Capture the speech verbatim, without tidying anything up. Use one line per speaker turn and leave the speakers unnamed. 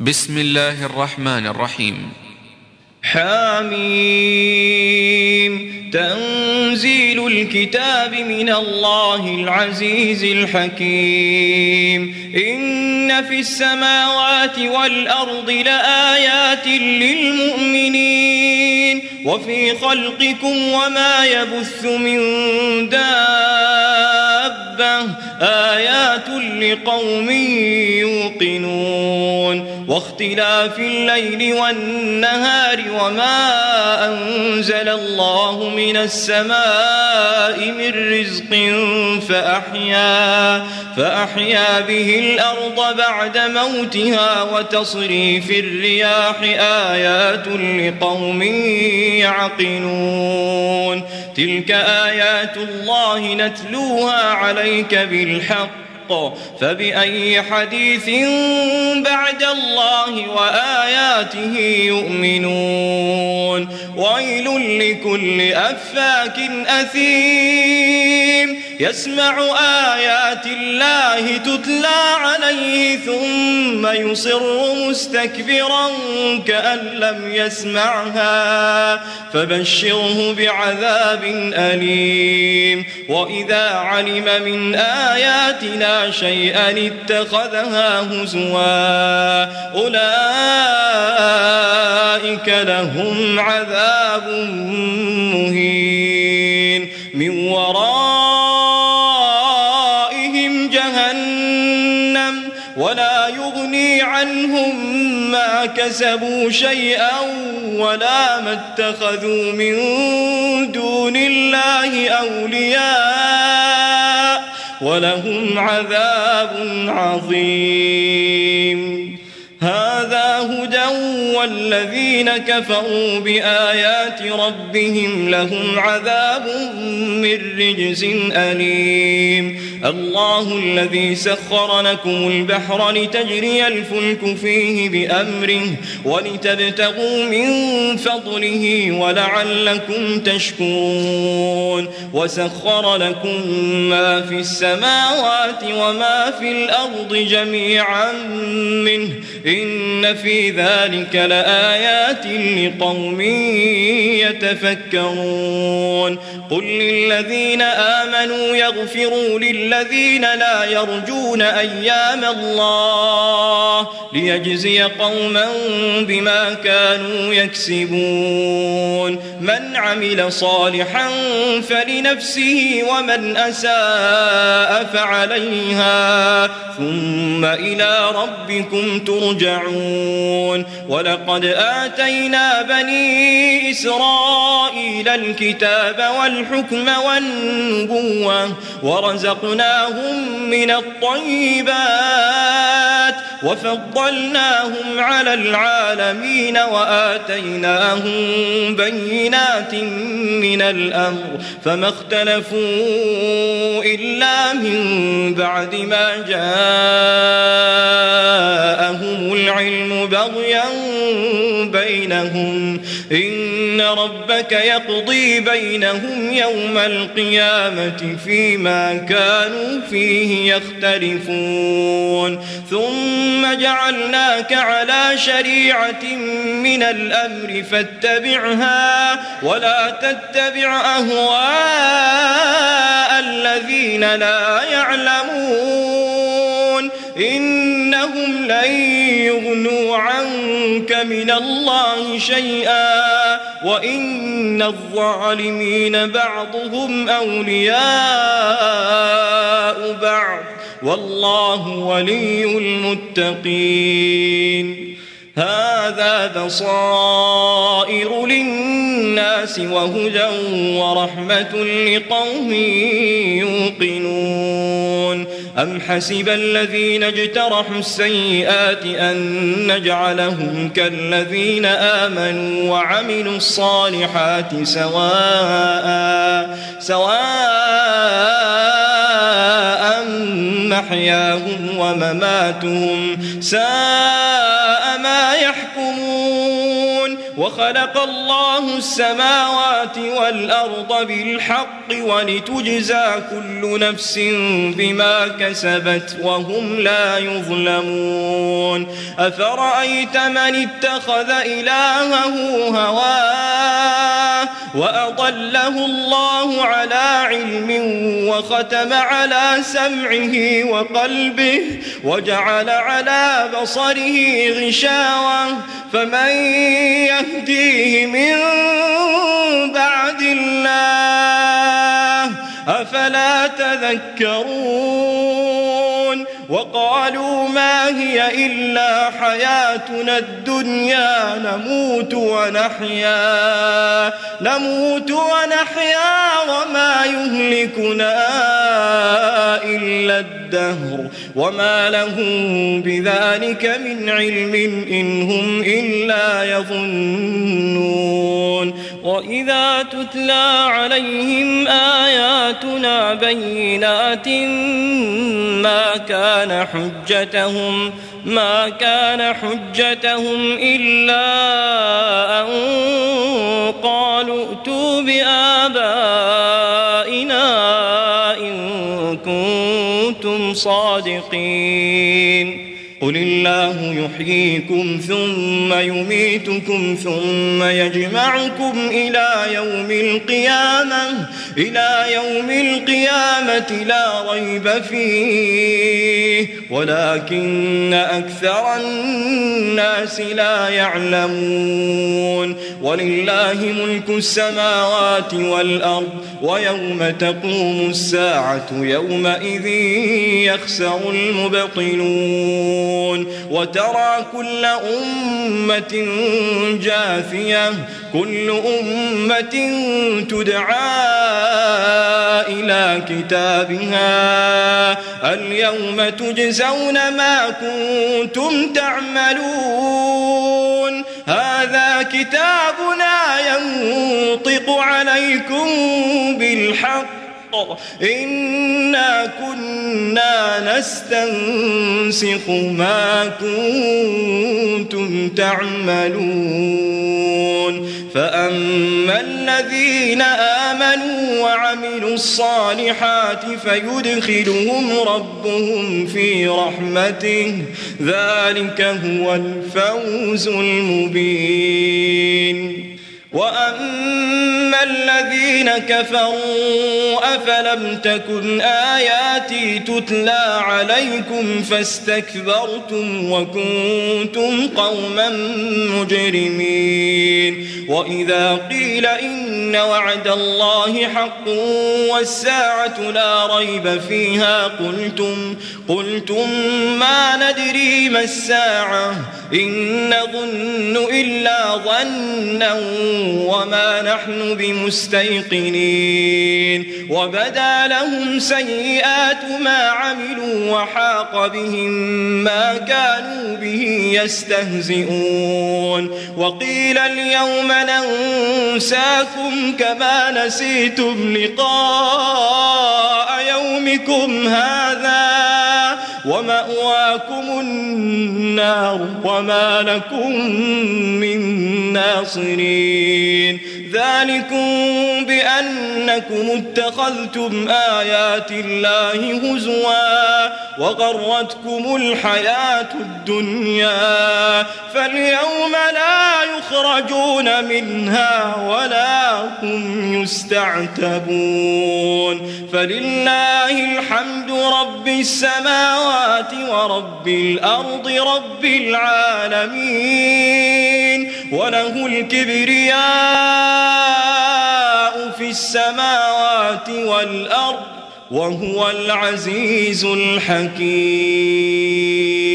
بسم الله الرحمن الرحيم.
حميم. تنزيل الكتاب من الله العزيز الحكيم. إن في السماوات والأرض لآيات للمؤمنين وفي خلقكم وما يبث من دابة آيات لقوم يوقنون. واختلاف الليل والنهار وما أنزل الله من السماء من رزق فأحيا, فأحيا به الأرض بعد موتها وتصريف الرياح آيات لقوم يعقلون. تلك آيات الله نتلوها عليك بالحق فبأي حديث بعد الله وآياته يؤمنون. ويل لكل أفاك أثيم يسمع آيات الله تتلى عليه ثم يصر مستكبرا كأن لم يسمعها فبشره بعذاب أليم. وإذا علم من آياتنا شيئا اتخذها هزوا أولئك لهم عذاب مهين من ورائهم جهنم ولا يغني عنهم ما كسبوا شيئا ولا ما اتخذوا من دون الله أولياء ولهم عذاب عظيم. هذا هدى والذين كفروا بآيات ربهم لهم عذاب من رجز أليم. الله الذي سخر لكم البحر لتجري الفلك فيه بأمره ولتبتغوا من فضله ولعلكم تشكرون. وسخر لكم ما في السماوات وما في الأرض جميعا منه إن في ذلك لآيات لقوم يتفكرون. قل للذين آمنوا يغفروا للذين لا يرجون أيام الله ليجزي قوما بما كانوا يكسبون. من عمل صالحا فلنفسه ومن أساء فعليها ثم إلى ربكم ترجعون. ولقد آتينا بني إسرائيل الكتاب والحكم والنبوة ورزقناهم من الطيبات وفضلناهم على العالمين وآتيناهم بينات من الأمر فما اختلفوا إلا من بعد ما جاءهم العلم بغيا بينهم إن ربك يقضي بينهم يوم القيامة فيما كانوا فيه يختلفون. ثم جعلناك على شريعة من الأمر فاتبعها ولا تتبع أهواء الذين لا يعلمون إنهم لن يغنوا عنك من الله شيئا وإن الظالمين بعضهم أولياء بعض والله ولي المتقين. هذا بصائر للناس وهدى ورحمة لقوم يوقنون. أم حسب الذين اجترحوا السيئات أن نجعلهم كالذين آمنوا وعملوا الصالحات سواء سواء محياهم ومماتهم ساء ما يحكمون. وخلق الله السماوات والأرض بالحق ولتجزى كل نفس بما كسبت وهم لا يظلمون أفرأيت من اتخذ إلهه هواه وأضله الله على علم وختم على سمعه وقلبه وجعل على بصره غشاوة فمن يهديه من بعد الله أفلا تذكرون وقالوا ما هي إلا حياتنا الدنيا نموت ونحيا نموت ونحيا وما يهلكنا إلا الدهر وما لهم بذلك من علم إن هم إلا يظنون وإذا تتلى عليهم آياتنا بينات ما كان حجتهم ما كان حجتهم إلا أن قالوا ائتوا بآبائنا إن كنتم صادقين قل الله يحييكم ثم يميتكم ثم يجمعكم إلى يوم القيامة إلى يوم القيامة لا ريب فيه ولكن أكثر الناس لا يعلمون ولله ملك السماوات والأرض ويوم تقوم الساعة يومئذ يخسر المبطلون وترى كل أمة جاثية كل أمة تدعى إلى كتابها اليوم تجزون ما كنتم تعملون هذا كتابنا ينطق عليكم بالحق إنا كنا نستنسخ ما كنتم تعملون فأما الذين آمنوا وعملوا الصالحات فيدخلهم ربهم في رحمته ذلك هو الفوز المبين وأما الذين كفروا أفلم تكن آياتي تتلى عليكم فاستكبرتم وكنتم قوما مجرمين وإذا قيل إن وعد الله حق والساعة لا ريب فيها قلتم قلتم ما ندري ما الساعة إن نظن إلا ظنا وما نحن بمستيقنين وبدا لهم سيئات ما عملوا وحاق بهم ما كانوا به يستهزئون وقيل اليوم ننساكم كما نسيتم لقاء يومكم هذا ومأواكم النار وما لكم من ناصرين ذلكم بأنكم اتخذتم آيات الله هزوا وغرتكم الحياة الدنيا فاليوم لا يخرجون منها ولا هم يستعتبون فلله الحمد رب السماوات ورب الأرض رب العالمين وله الكبرياء في السماوات والأرض وهو العزيز الحكيم.